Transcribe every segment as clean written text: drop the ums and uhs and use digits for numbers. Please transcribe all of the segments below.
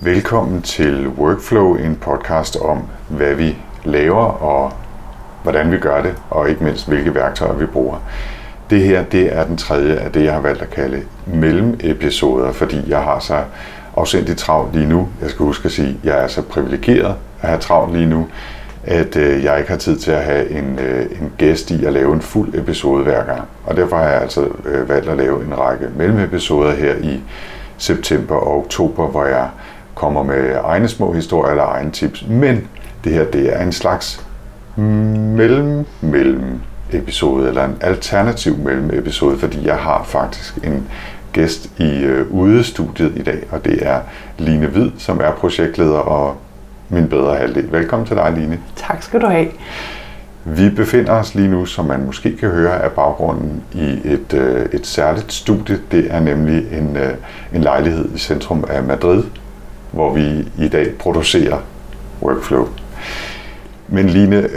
Velkommen til Workflow, en podcast om, hvad vi laver og hvordan vi gør det, og ikke mindst, hvilke værktøjer vi bruger. Det her, det er den tredje af det, jeg har valgt at kalde mellemepisoder, fordi jeg har så afsindigt travlt lige nu. Jeg skal huske at sige, at jeg er så privilegeret at have travlt lige nu, at jeg ikke har tid til at have en gæst i at lave en fuld episode hver gang. Og derfor har jeg altså valgt at lave en række mellemepisoder her i september og oktober, hvor jeg kommer med egne små historier eller egne tips. Men det her, det er en slags mellem-episode, eller en alternativ mellem-episode, fordi jeg har faktisk en gæst i udestudiet i dag, og det er Line Hvid, som er projektleder og min bedre halvdel. Velkommen til dig, Line. Tak skal du have. Vi befinder os lige nu, som man måske kan høre af baggrunden, i et særligt studie. Det er nemlig en lejlighed i centrum af Madrid, hvor vi i dag producerer Workflow. Men Line,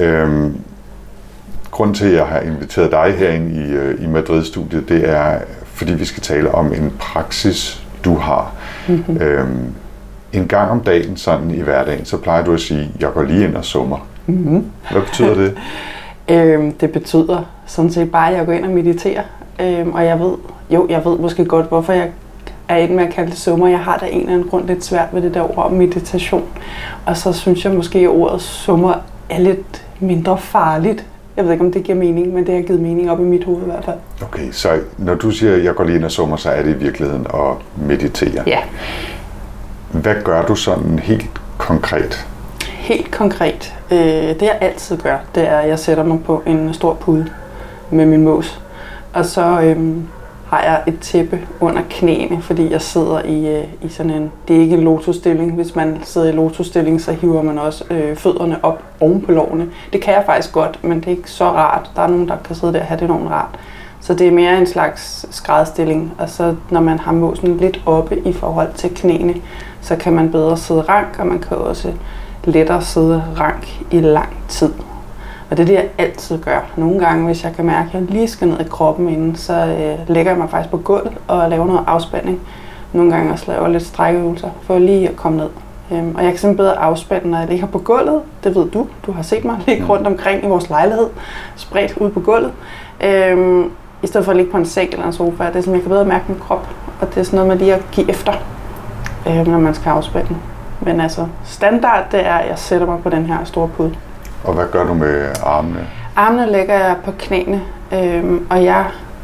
grunden til, at jeg har inviteret dig herind i Madrid-studiet, det er, fordi vi skal tale om en praksis, du har. Mm-hmm. En gang om dagen, sådan i hverdagen, så plejer du at sige, jeg går lige ind og summer. Mm-hmm. Hvad betyder det? Det betyder sådan set bare, at jeg går ind og mediterer. Og jeg ved måske godt, hvorfor jeg er inde med at kalde det summer. Jeg har da en eller anden grund lidt svært ved det der ord meditation. Og så synes jeg måske, at ordet summer er lidt mindre farligt. Jeg ved ikke, om det giver mening, men det har givet mening op i mit hoved i hvert fald. Okay, så når du siger, at jeg går lige ind og summer, så er det i virkeligheden at meditere. Ja. Hvad gør du sådan helt konkret? Helt konkret. Det jeg altid gør, det er, at jeg sætter mig på en stor pude med min mås. Og så har jeg et tæppe under knæene, fordi jeg sidder i sådan en... Det er ikke en lotusstilling. Hvis man sidder i lotusstilling, så hiver man også fødderne op oven på lårene. Det kan jeg faktisk godt, men det er ikke så rart. Der er nogen, der kan sidde der og have det enormt rart. Så det er mere en slags skrædstilling. Og så når man har måsen lidt oppe i forhold til knæene, så kan man bedre sidde rank, og man kan også lettere sidde rank i lang tid. Og det er det, jeg altid gør. Nogle gange, hvis jeg kan mærke, at jeg lige skal ned i kroppen inden, så lægger jeg mig faktisk på gulvet og laver noget afspænding. Nogle gange også laver lidt strækøvelser for lige at komme ned. Og jeg kan simpelthen bedre afspænde, når jeg ligger på gulvet. Det ved du. Du har set mig ligge rundt omkring i vores lejlighed, spredt ud på gulvet. I stedet for at ligge på en seng eller en sofa. Det er sådan, jeg kan bedre mærke min krop. Og det er sådan noget med lige at give efter, når man skal afspænde. Men altså, standard, det er, at jeg sætter mig på den her store pude. Og hvad gør du med armene? Armene lægger jeg på knæene, og jeg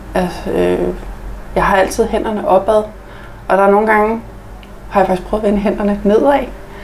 har altid hænderne opad. Og der er nogle gange, har jeg faktisk prøvet at vende hænderne nedad.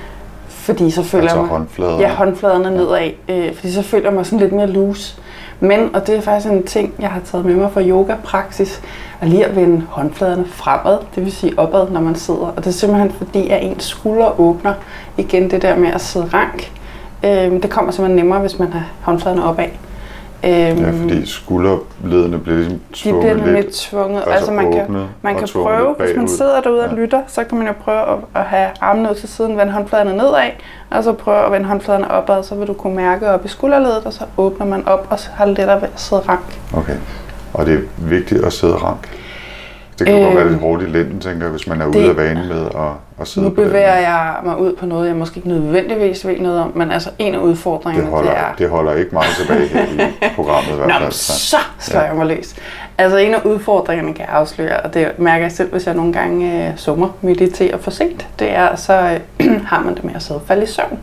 Fordi så føler jeg mig... håndfladerne? Ja, håndfladerne nedad. Fordi så føler jeg mig sådan lidt mere loose. Men, og det er faktisk en ting, jeg har taget med mig fra yoga-praksis, at lige at vende håndfladerne fremad, det vil sige opad, når man sidder. Og det er simpelthen fordi, at ens skuldre åbner. Igen det der med at sidde rank. Det kommer simpelthen nemmere, hvis man har håndfladerne opad. Ja, fordi skulderledene bliver ligesom tvunget lidt. De bliver lidt tvunget. Altså man kan prøve, hvis man sidder derude og lytter, så kan man jo prøve at have armene ud til siden, vende håndfladerne nedad, og så prøve at vende håndfladerne opad, så vil du kunne mærke op i skulderledet, og så åbner man op, og så har det lettere ved at sidde rank. Okay, og det er vigtigt at sidde rank? Det kan godt være lidt hårdt i lænden, tænker jeg, hvis man er ude af vanen med at sidde på den. Nu bevæger jeg mig ud på noget, jeg måske ikke nødvendigvis ved noget om, men altså en af udfordringerne, det holder ikke meget tilbage her i programmet i hvert fald. Nå, så slår jeg mig løs. Altså en af udfordringerne kan jeg afsløre, og det mærker jeg selv, hvis jeg nogle gange mediterer for sent, det er, så har man det med at sidde og falde i søvn.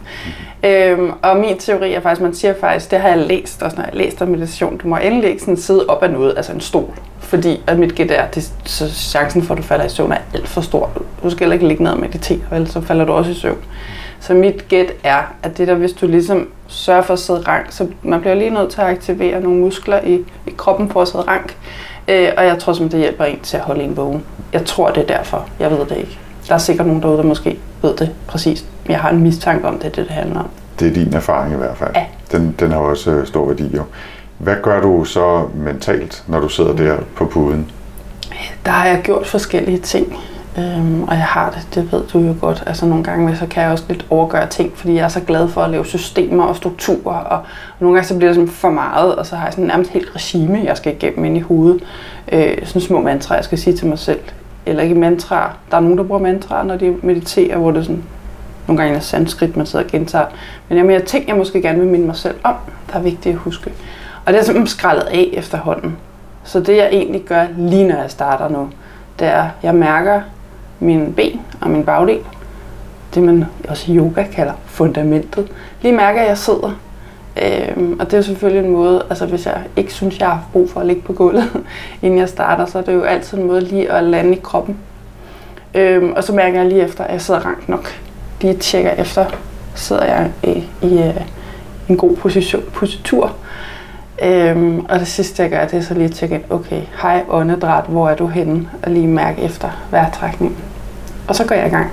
Og min teori er faktisk, man siger faktisk, det har jeg læst, også når jeg læst om meditation, du må endelig ikke sådan sidde op ad noget, altså en stol. Fordi at mit gæt er, så chancen for, at du falder i søvn er alt for stor. Du skal heller ikke ligge ned og meditere, vel? Så falder du også i søvn. Så mit gæt er, at det der, hvis du ligesom sørger for at sidde rank, så man bliver lige nødt til at aktivere nogle muskler i kroppen for at sidde rank. Og jeg tror simpelthen, det hjælper en til at holde en vågen. Jeg tror, det er derfor. Jeg ved det ikke. Der er sikkert nogen derude, der måske ved det præcist. Jeg har en mistanke om, det handler om. Det er din erfaring i hvert fald. Ja. Den har også stor værdi jo. Hvad gør du så mentalt, når du sidder der på puden? Der har jeg gjort forskellige ting, og jeg har det ved du jo godt. Altså nogle gange så kan jeg også lidt overgøre ting, fordi jeg er så glad for at lave systemer og strukturer, og nogle gange så bliver det sådan for meget, og så har jeg sådan nærmest helt regime, jeg skal igennem ind i hovedet. Sådan små mantraer, jeg skal sige til mig selv. Eller ikke mantraer. Der er nogen, der bruger mantraer, når de mediterer, hvor det sådan, nogle gange er sanskrit, man sidder og gentager. Men jeg ting, jeg måske gerne vil minde mig selv om, der er vigtigt at huske. Og det er simpelthen skrællet af efterhånden. Så det jeg egentlig gør lige når jeg starter nu, det er, at jeg mærker mine ben og min bagdel. Det man også i yoga kalder fundamentet. Lige mærker, at jeg sidder. Og det er jo selvfølgelig en måde, altså hvis jeg ikke synes, jeg har brug for at ligge på gulvet, inden jeg starter, så er det jo altid en måde lige at lande i kroppen. Og så mærker jeg lige efter, at jeg sidder rank nok. Lige tjekker efter, sidder jeg i en god positur. Og det sidste jeg gør, det er så lige at tjekke ind, okay, hej åndedræt, hvor er du henne? Og lige mærke efter vejrtrækningen. Og så går jeg i gang.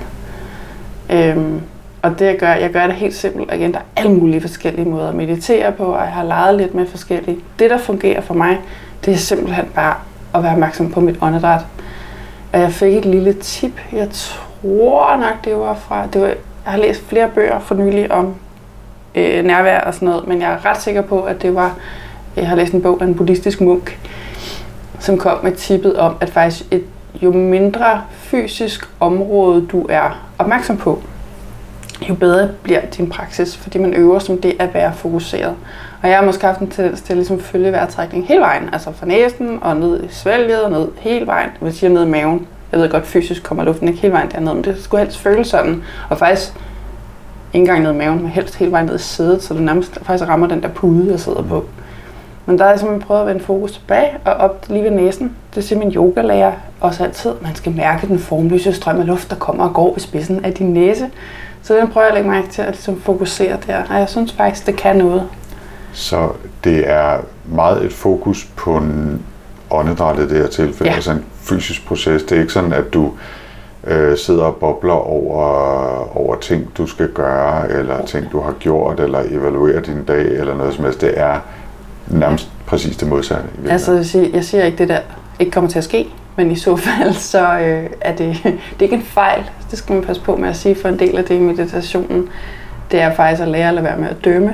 Og det jeg gør det helt simpelt. Igen, der er alle mulige forskellige måder at meditere på, og jeg har leget lidt med forskellige. Det, der fungerer for mig, det er simpelthen bare at være opmærksom på mit åndedræt. Og jeg fik et lille tip. Jeg tror nok, det var fra... jeg har læst flere bøger for nylig om nærvær og sådan noget, men jeg er ret sikker på, at det var... Jeg har læst en bog af en buddhistisk munk, som kom med tippet om, at faktisk jo mindre fysisk område du er opmærksom på, jo bedre bliver din praksis, fordi man øver som det at være fokuseret. Og jeg har måske haft en tendens til at ligesom følge vejrtrækning hele vejen, altså fra næsen og ned i svælget og ned hele vejen, jeg vil sige ned i maven. Jeg ved godt, fysisk kommer luften ikke hele vejen derned, men det skulle helst føles sådan. Og faktisk ikke engang ned i maven, men helst hele vejen ned i sædet, så det nærmest faktisk rammer den der pude, jeg sidder på. Men der har jeg simpelthen prøvet at vende fokus tilbage og op lige ved næsen. Det siger min yogalærer også altid. Man skal mærke den formløse strøm af luft, der kommer og går ved spidsen af din næse. Så den prøver jeg at lægge mærke til at ligesom fokusere der. Og jeg synes faktisk, det kan noget. Så det er meget et fokus på åndedrættet i det her tilfælde, altså en fysisk proces. Det er ikke sådan, at du sidder og bobler over ting, du skal gøre, eller ting, du har gjort, eller evaluerer din dag, eller noget som helst. Det er nærmest præcis det modsatte. Altså, jeg siger ikke, det der ikke kommer til at ske, men i så fald, så er det er ikke en fejl. Det skal man passe på med at sige, for en del af det i meditationen, det er faktisk at lære at lade være med at dømme.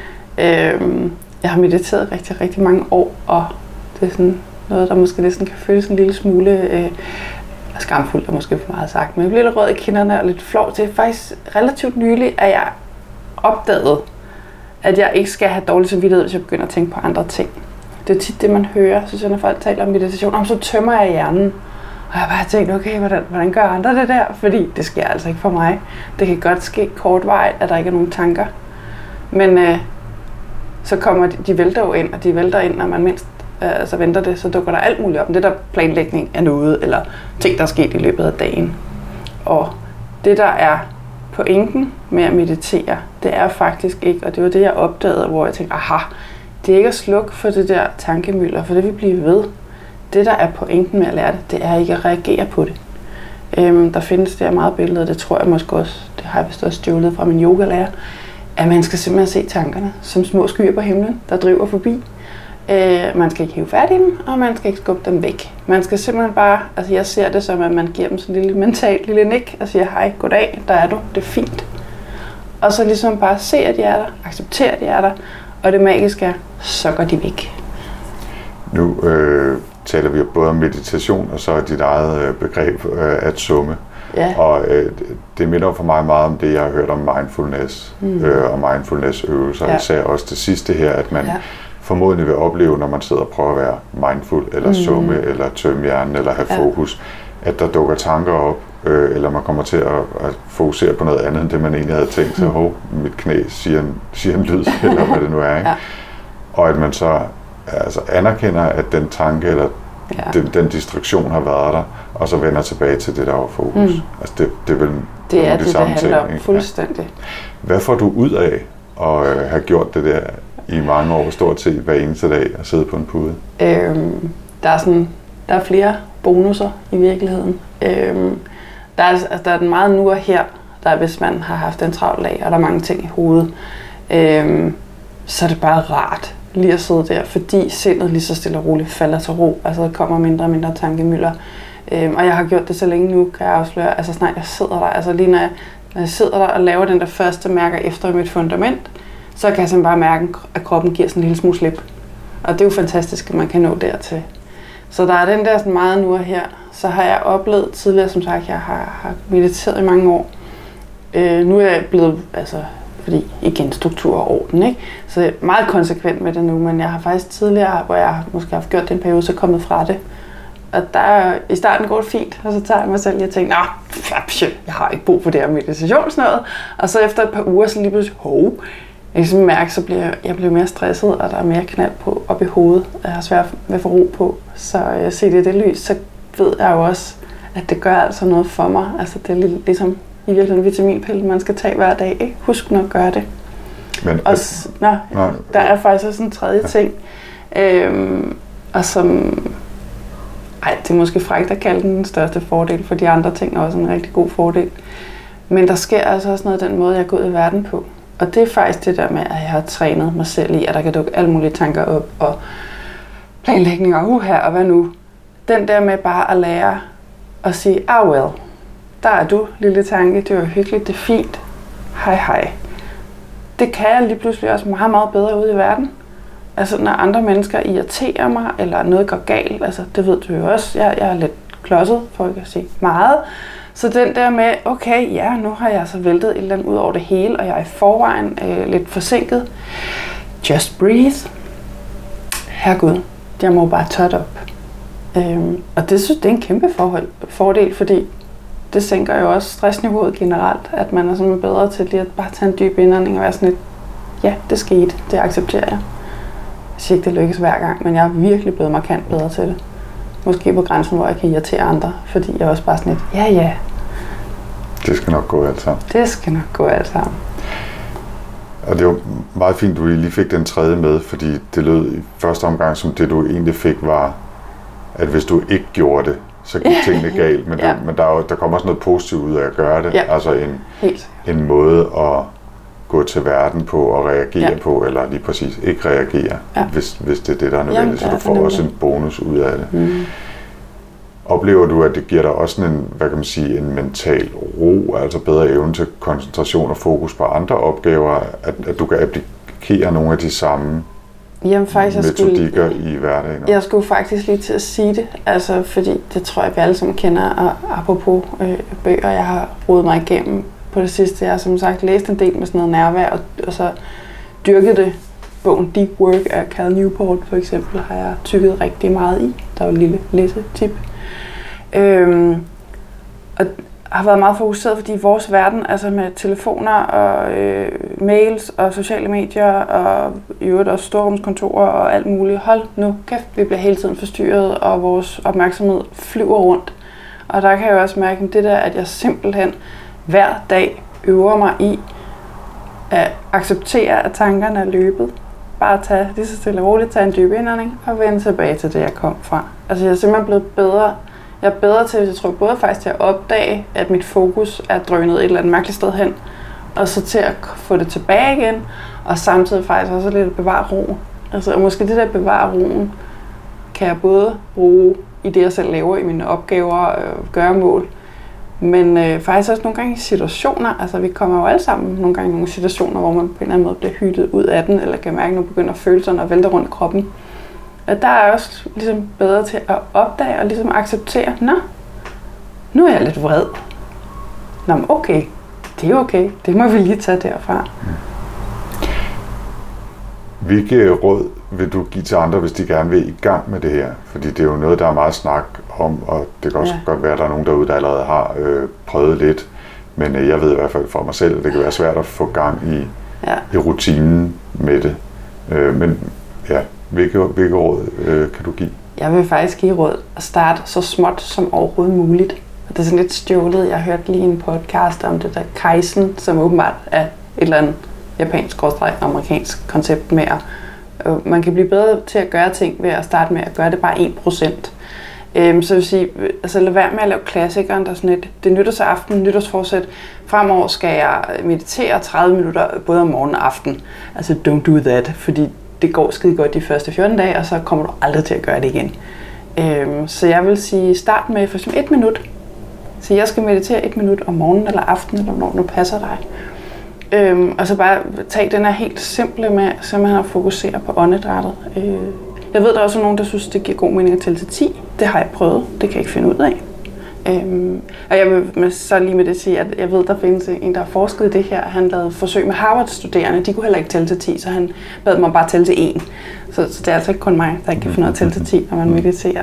Jeg har mediteret rigtig, rigtig mange år, og det er sådan noget, der måske næsten kan føles en lille smule skamfuldt, er måske for meget sagt, men jeg bliver lidt rød i kinderne og lidt flov til. Faktisk relativt nylig, at jeg opdagede, at jeg ikke skal have dårlig samvittighed, hvis jeg begynder at tænke på andre ting. Det er tit det, man hører, synes jeg, når folk taler om meditation. Så tømmer jeg hjernen. Og jeg har bare tænkt, okay, hvordan gør andre det der? Fordi det sker altså ikke for mig. Det kan godt ske kortvarigt, at der ikke er nogen tanker. Men så kommer de vælter jo ind, og de vælter ind, når man mindst venter det, så dukker der alt muligt op. Det der planlægning af noget, eller ting, der er sket i løbet af dagen. Og det, der er pointen med at meditere, det er faktisk ikke, og det var det, jeg opdagede, hvor jeg tænkte, aha, det er ikke at slukke for det der tankemylder, for det vil blive ved. Det, der er pointen med at lære det, det er ikke at reagere på det. Der findes der meget billeder, det tror jeg måske også, det har jeg vist også stjålet fra min yogalærer, at man skal simpelthen se tankerne som små skyer på himlen, der driver forbi. Man skal ikke hive fat i dem, og man skal ikke skubbe dem væk. Man skal simpelthen bare, altså jeg ser det som, at man giver dem sådan en lille mentalt lille nik, og siger, hej, goddag, der er du, det er fint. Og så ligesom bare se, at de er der, acceptere, at de er der, og det magiske er, så går de væk. Nu taler vi både om meditation, og så dit eget begreb at summe. Ja. Og det minder for mig meget om det, jeg har hørt om mindfulness og mindfulness-øvelser. Ja. Især også det sidste her, at man formodentlig vil opleve, når man sidder og prøver at være mindful, eller summe, eller tømme hjernen, eller have fokus, at der dukker tanker op, eller man kommer til at fokusere på noget andet, end det man egentlig havde tænkt sig. Mit knæ siger en lyd, eller hvad det nu er. Ikke? Ja. Og at man så anerkender, at den tanke, eller den distraktion har været der, og så vender tilbage til det, der var fokus. Altså det er vel det er de samme ting. Fuldstændig. Ja. Hvad får du ud af at have gjort det der i mange år, stort set hver eneste dag, at sidde på en pude? Der er flere bonusser i virkeligheden. Der er den meget nu og her, der hvis man har haft en travl dag, og der er mange ting i hovedet, så er det bare rart lige at sidde der, fordi sindet lige så stille og roligt falder til ro. Altså der kommer mindre og mindre tankemylder. Og jeg har gjort det så længe nu, kan jeg afsløre. Altså snart jeg sidder der, altså lige når jeg sidder der og laver den der første mærker efter mit fundament, så kan jeg simpelthen bare mærke, at kroppen giver sådan en lille smule slip. Og det er jo fantastisk, at man kan nå dertil. Så der er den der sådan meget nu og her. Så har jeg oplevet tidligere, som sagt, jeg har mediteret i mange år. Nu er jeg blevet, fordi igen struktur og orden, ikke? Så jeg er meget konsekvent med det nu, men jeg har faktisk tidligere, hvor jeg måske har haft gjort det en periode, så kommet fra det. Og der, i starten går det fint, og så tager jeg mig selv og tænker, jeg har ikke brug for det her meditation sådan noget. Og så efter et par uger, så lige pludselig, jeg kan mærke, så bliver jeg mere stresset, og der er mere knald på op i hovedet. Jeg har svært ved at få ro på. Så jeg ser det i det lys, så ved jeg jo også, at det gør altså noget for mig. Altså det er ligesom i virkeligheden en vitaminpille, man skal tage hver dag. Ikke? Husk nu at gøre det. Men, der er faktisk også en tredje ting, og som... det er måske frækt at kalde den største fordel, for de andre ting er også en rigtig god fordel. Men der sker altså også noget af den måde, jeg er gået i verden på. Og det er faktisk det der med, at jeg har trænet mig selv i, at der kan dukke alle mulige tanker op, og planlægning og og hvad nu. Den der med bare at lære at sige, well, der er du, lille tanke, det var hyggeligt, det er fint, hej. Det kan jeg lige pludselig også meget, meget bedre ude i verden. Altså når andre mennesker irriterer mig, eller noget går galt, det ved du jo også, jeg er lidt klodset, for ikke at sige meget. Så den der med, nu har jeg så væltet et eller andet ud over det hele, og jeg er i forvejen lidt forsinket. Just breathe. Herregud, jeg må bare tot op. Og det synes jeg er en kæmpe fordel, fordi det sænker jo også stressniveauet generelt, at man er sådan bedre til lige at bare tage en dyb indånding og være sådan lidt, det skete, det accepterer jeg. Jeg siger ikke, det lykkes hver gang, men jeg er virkelig blevet markant bedre til det. Måske på grænsen, hvor jeg kan irritere andre, fordi jeg også bare sådan lidt, det skal nok gå alt sammen. Det skal nok gå alt sammen. Og det var meget fint, du lige fik den tredje med, fordi det lød i første omgang, som det du egentlig fik var, at hvis du ikke gjorde det, så gik tingene galt. Men, men der kommer også noget positivt ud af at gøre det. Altså en måde at gå til verden på og reagere på, eller lige præcis ikke reagere, hvis det er det, der er nødvendigt. Så du får også en bonus ud af det. Mm. Oplever du, at det giver dig også en mental ro, altså bedre evne til koncentration og fokus på andre opgaver, at du kan applikere nogle af de samme metodikker i hverdagen? Jeg skulle faktisk lige til at sige det, fordi det tror jeg, vi alle sammen kender, og apropos bøger, jeg har rodet mig igennem på det sidste. Jeg har som sagt læst en del med sådan noget nærvær, og så dyrket det. Bogen Deep Work af Cal Newport for eksempel har jeg tykket rigtig meget i. Der er jo et lille læsetip. Og har været meget fokuseret, fordi vores verden, med telefoner og mails og sociale medier og i øvrigt også storrumskontorer og alt muligt. Hold nu kæft, vi bliver hele tiden forstyrret, og vores opmærksomhed flyver rundt. Og der kan jeg også mærke det der, at jeg simpelthen hver dag øver mig i at acceptere, at tankerne er løbet. Bare tage lige så stille og roligt, tage en dyb indånding og vende tilbage til det, jeg kom fra. Jeg er simpelthen blevet bedre. Jeg er bedre til, jeg tror både faktisk til at opdage, at mit fokus er drønet et eller andet mærkeligt sted hen, og så til at få det tilbage igen, og samtidig faktisk også lidt at bevare roen. Og måske det der bevare roen, kan jeg både bruge i det, jeg selv laver i mine opgaver og gøremål, men faktisk også nogle gange i situationer. Vi kommer jo alle sammen nogle gange i nogle situationer, hvor man på en eller anden måde bliver hyttet ud af den, eller kan mærke, at nu begynder følelserne at vælte rundt i kroppen. Og der er også ligesom bedre til at opdage og ligesom acceptere, nu er jeg lidt vred. Men okay, det er okay, det må vi lige tage derfra. Hvilke råd vil du give til andre, hvis de gerne vil i gang med det her? Fordi det er jo noget, der er meget snak om, og det kan også godt være, at der er nogen derude, der allerede har prøvet lidt. Men jeg ved i hvert fald for mig selv, at det kan være svært at få gang i rutinen med det. Hvilke råd kan du give? Jeg vil faktisk give råd at starte så småt som overhovedet muligt. Og det er sådan lidt stjålet. Jeg hørte lige en podcast om det der Kaizen, som åbenbart er et eller andet japansk/amerikansk koncept med at man kan blive bedre til at gøre ting ved at starte med at gøre det bare 1%. Så vil sige, lad være med at lave klassikeren, der sådan et, det nytårsaften, nytårsforsæt. Fremover skal jeg meditere 30 minutter både om morgen og aften. Don't do that, fordi det går skide godt de første 14 dage, og så kommer du aldrig til at gøre det igen. Så jeg vil sige, start med for eksempel 1 minut. Så jeg skal meditere 1 minut om morgenen eller aften, eller når nu passer dig. Og så bare tage den her helt simple med simpelthen at fokusere på åndedrættet. Jeg ved, der er også nogen, der synes, det giver god mening at tælle til 10. Det har jeg prøvet. Det kan jeg ikke finde ud af. Og jeg vil så lige med det sige, at jeg ved, der findes en, der har forsket i det her. Han lavede forsøg med Harvard-studerende. De kunne heller ikke tælle til 10, så han bad mig bare tælle til 1. Så det er altså ikke kun mig, der ikke kan finde ud af at tælle til 10, når man mediterer.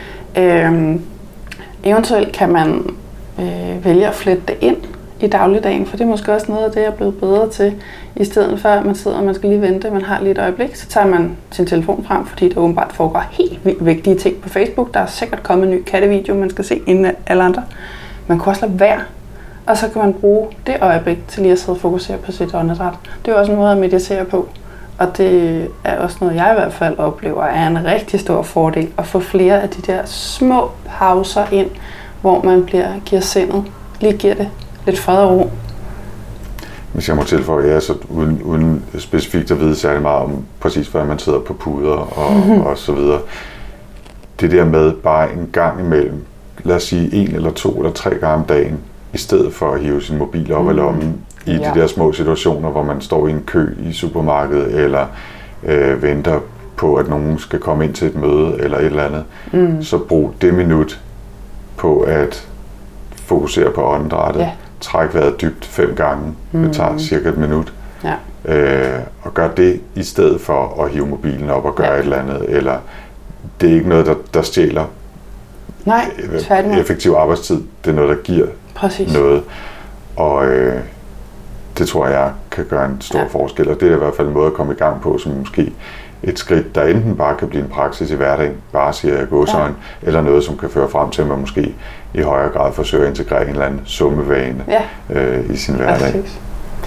Eventuelt kan man vælge at flette det ind i dagligdagen, for det er måske også noget af det, jeg er blevet bedre til. I stedet for, at man sidder og man skal lige vente, man har lige et øjeblik, så tager man sin telefon frem, fordi der åbenbart foregår helt vildt vigtige ting på Facebook. Der er sikkert kommet en ny kattevideo, man skal se inden alle andre. Man kan også lade være, og så kan man bruge det øjeblik til lige at sidde og fokusere på sit åndedræt. Det er også en måde at meditere på, og det er også noget, jeg i hvert fald oplever er en rigtig stor fordel at få flere af de der små pauser ind, hvor man giver sindet, lige giver det lidt fred og ro. Hvis jeg må tilføje, så uden specifikt at vide særlig meget om præcis, hvordan man sidder på puder og så videre. Det der med bare en gang imellem, lad os sige 1 eller 2 eller 3 gange om dagen, i stedet for at hive sin mobil op af lommen i de der små situationer, hvor man står i en kø i supermarkedet, eller venter på, at nogen skal komme ind til et møde, eller et eller andet. Så brug det minut på at fokusere på åndedrættet. Ja. Træk vejret dybt 5 gange. Det tager cirka et minut. Ja. Og gør det i stedet for at hive mobilen op og gøre et eller andet. Eller det er ikke noget, der stjæler effektiv arbejdstid. Det er noget, der giver noget. Og det tror jeg kan gøre en stor forskel. Og det er i hvert fald en måde at komme i gang på, som måske et skridt, der enten bare kan blive en praksis i hverdagen, bare siger jeg gåsøjne, eller noget, som kan føre frem til, at man måske i højere grad forsøger at integrere en eller anden summevane i sin hverdag. Præcis.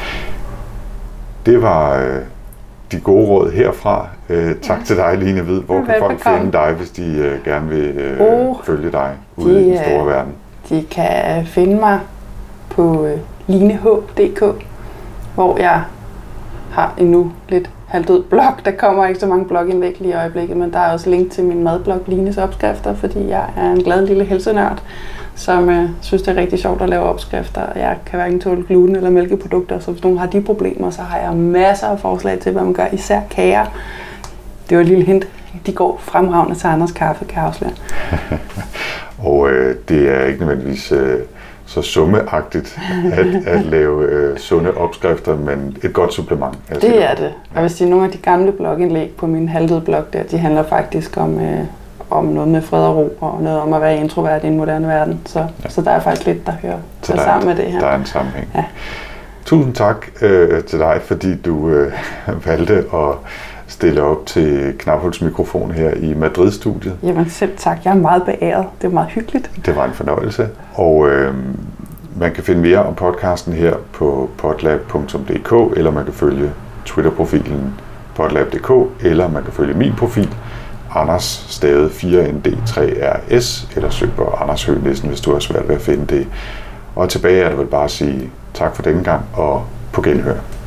Det var de gode råd herfra. Tak til dig, Line Hvid. Hvor kan folk finde dig, hvis de gerne vil følge dig ude i den store verden? De kan finde mig på lineh.dk, hvor jeg har endnu lidt halvdød blog. Der kommer ikke så mange blogindlæg lige i øjeblikket, men der er også link til min madblog Lines Opskrifter, fordi jeg er en glad lille helsenørd, som synes, det er rigtig sjovt at lave opskrifter. Jeg kan hverken tåle gluten eller mælkeprodukter, så hvis nogen har de problemer, så har jeg masser af forslag til, hvad man gør, især kager. Det var et lille hint. De går fremragende til Anders Kaffe, kan jeg afsløre. Og det er ikke nødvendigvis så summeagtigt at lave sunde opskrifter, men et godt supplement. Det er det. Og hvis det er nogle af de gamle blogindlæg på min halvdøde blog der, de handler faktisk om noget med fred og ro, og noget om at være introvert i en moderne verden. Så der er faktisk lidt, der hører sammen med det her. Der er en sammenhæng. Ja. Tusind tak til dig, fordi du valgte at stille op til Knaphulsmikrofon her i Madrid-studiet. Jamen selv tak. Jeg er meget beæret. Det er meget hyggeligt. Det var en fornøjelse. Og man kan finde mere om podcasten her på podlab.dk, eller man kan følge Twitter-profilen podlab.dk, eller man kan følge min profil, Anders stavet 4ND3RS, eller søg på Anders Høgh Nielsen, hvis du har svært ved at finde det. Og tilbage er det vel bare at sige tak for denne gang, og på genhør.